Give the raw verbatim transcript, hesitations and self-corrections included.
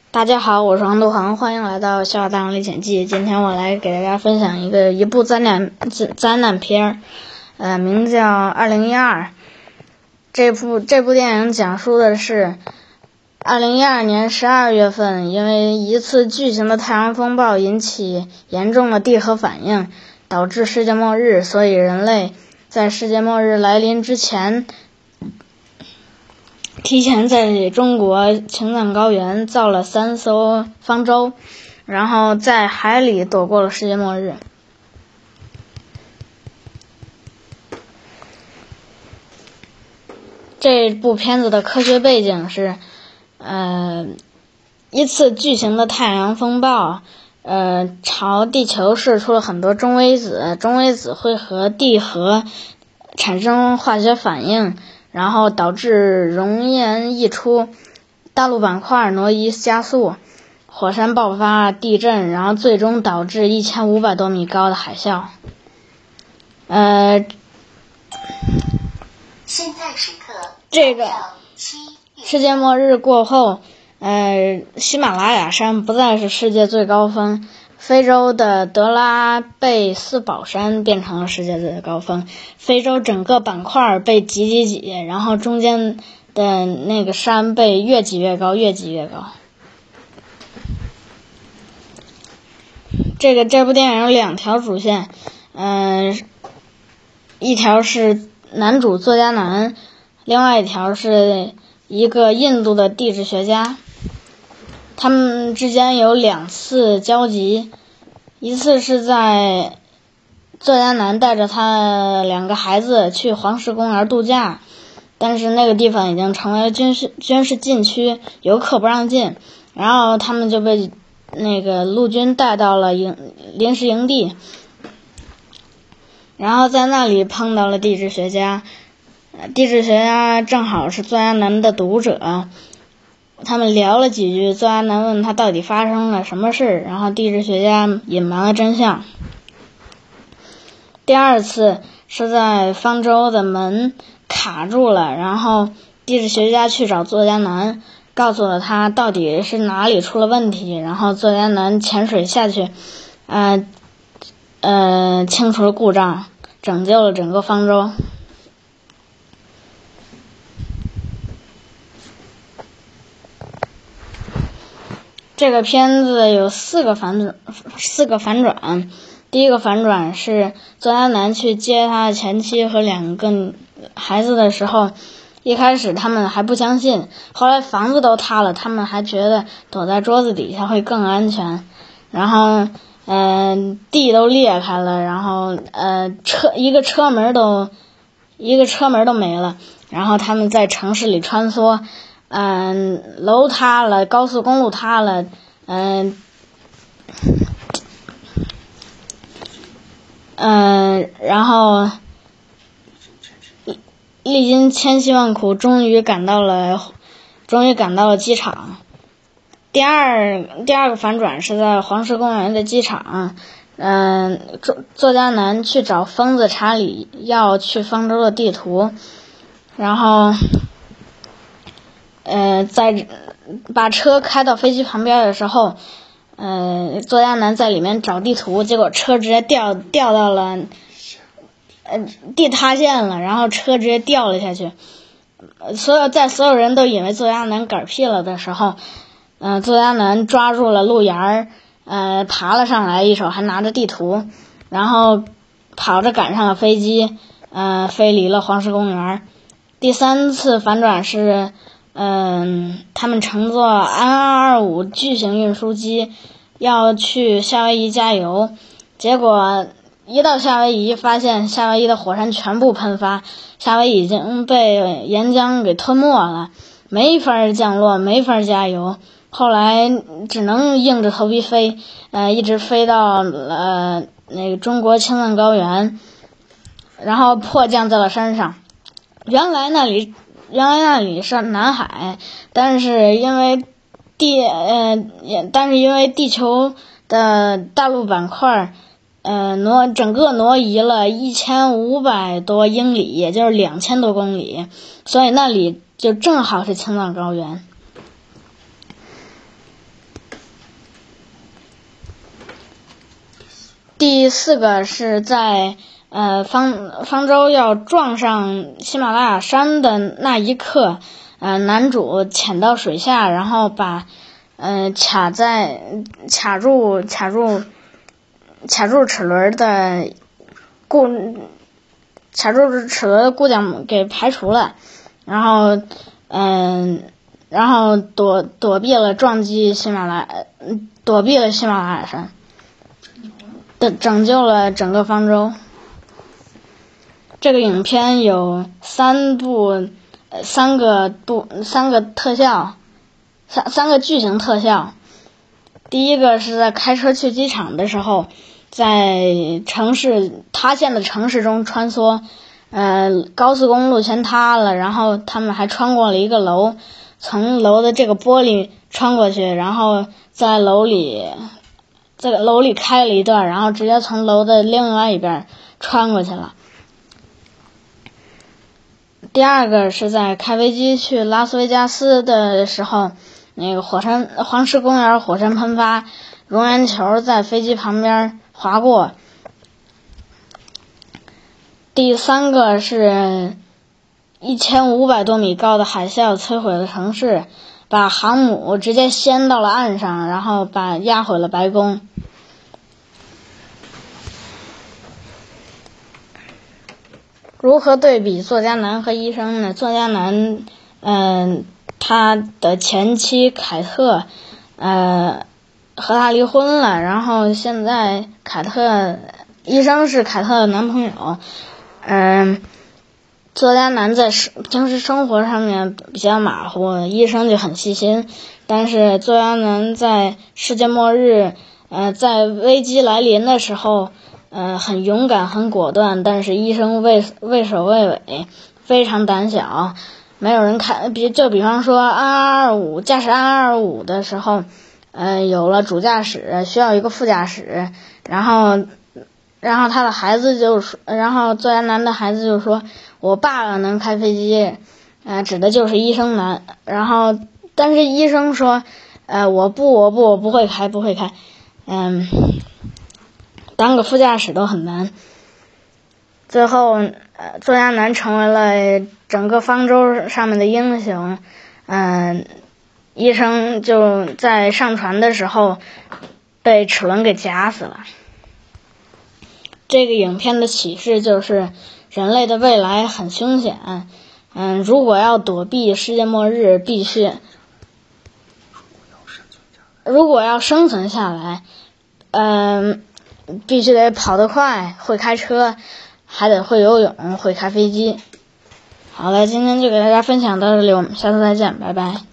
大家好，我是王杜航，欢迎来到《笑傲大王历险记》。今天我来给大家分享一个一部灾难灾难片，呃，名叫《二零一二》。这部这部电影讲述的是二零一二年十二月份，因为一次巨型的太阳风暴引起严重的地核反应，导致世界末日，所以人类在世界末日来临之前，提前在中国青藏高原造了三艘方舟，然后在海里躲过了世界末日。这部片子的科学背景是，呃，一次巨型的太阳风暴，呃，朝地球射出了很多中微子，中微子会和地核产生化学反应，然后导致熔岩溢出，大陆板块挪移加速，火山爆发、地震，然后最终导致一千五百多米高的海啸。呃， 现在时刻， 这个世界末日过后，呃，喜马拉雅山不再是世界最高峰，非洲的德拉贝斯堡山变成了世界最高峰，非洲整个板块被挤挤挤，然后中间的那个山被越挤越高，越挤越高。这个这部电影有两条主线，嗯、呃，一条是男主作家男，另外一条是一个印度的地质学家，他们之间有两次交集，一次是在作家男带着他两个孩子去黄石公园度假，但是那个地方已经成为了军事军事禁区，游客不让进，然后他们就被那个陆军带到了营临时营地，然后在那里碰到了地质学家，地质学家正好是作家男的读者，他们聊了几句，作家男问他到底发生了什么事，然后地质学家隐瞒了真相。第二次是在方舟的门卡住了，然后地质学家去找作家男，告诉了他到底是哪里出了问题，然后作家男潜水下去，呃呃清除了故障，拯救了整个方舟。这个片子有四个反转，四个反转。第一个反转是作家男去接他的前妻和两个孩子的时候，一开始他们还不相信，后来房子都塌了，他们还觉得躲在桌子底下会更安全。然后，嗯、呃，地都裂开了，然后呃，车一个车门都一个车门都没了。然后他们在城市里穿梭，嗯、呃，楼塌了，高速公路塌了，嗯、呃。嗯、呃，然后历经千辛万苦，终于赶到了，终于赶到了机场。第二第二个反转是在黄石公园的机场，嗯、呃，作作家男去找疯子查理要去方舟的地图，然后，呃，在把车开到飞机旁边的时候。呃，作家男在里面找地图，结果车直接掉掉到了，呃，地塌陷了，然后车直接掉了下去。所有在所有人都以为作家男嗝屁了的时候，呃，作家男抓住了路沿儿，呃，爬了上来，一手还拿着地图，然后跑着赶上了飞机，呃，飞离了黄石公园。第三次反转是。嗯，他们乘坐安二二五巨型运输机要去夏威夷加油，结果一到夏威夷发现夏威夷的火山全部喷发，夏威夷已经被岩浆给吞没了，没法降落，没法加油，后来只能硬着头皮飞，呃，一直飞到呃那个中国青藏高原，然后迫降在了山上。原来那里原来那里是南海，但是因为地呃，但是因为地球的大陆板块，呃挪整个挪移了一千五百多英里，也就是两千多公里，所以那里就正好是青藏高原。 第四个是在呃方方舟要撞上喜马拉雅山的那一刻，呃男主潜到水下，然后把呃卡在卡住卡住卡住齿轮的固卡住齿轮的固桨给排除了，然后嗯、呃、然后躲躲避了撞击喜马拉躲避了喜马拉雅山，的拯救了整个方舟。这个影片有三部呃三个部三个特效三三个巨型特效。第一个是在开车去机场的时候，在城市塌陷的城市中穿梭，呃高速公路全塌了，然后他们还穿过了一个楼，从楼的这个玻璃穿过去，然后在楼里这个楼里开了一段，然后直接从楼的另外一边穿过去了。第二个是在开飞机去拉斯维加斯的时候，那个火山黄石公园火山喷发，熔岩球在飞机旁边划过。第三个是一千五百多米高的海啸摧毁了城市，把航母直接掀到了岸上，然后把压毁了白宫。如何对比作家男和医生呢？作家男，嗯、呃，他的前妻凯特，呃，和他离婚了，然后现在凯特，医生是凯特的男朋友，嗯、呃，作家男在平时生活上面比较马虎，医生就很细心，但是作家男在世界末日，呃，在危机来临的时候。呃，很勇敢，很果断，但是医生畏畏首畏尾，非常胆小，没有人看。比就比方说安二五驾驶安二五的时候，呃，有了主驾驶，需要一个副驾驶，然后，然后他的孩子就说，然后作家男的孩子就说，我爸爸能开飞机，呃，指的就是医生男。然后，但是医生说，呃，我不，我不，我不会开，不会开，嗯。当个副驾驶都很难。最后，呃，作家男成为了整个方舟上面的英雄。嗯、呃，医生就在上船的时候被齿轮给夹死了。这个影片的启示就是人类的未来很凶险。嗯，如果要躲避世界末日，必须如果要生存下来，嗯、呃。必须得跑得快，会开车，还得会游泳，会开飞机。好了，今天就给大家分享到这里，我们下次再见，拜拜。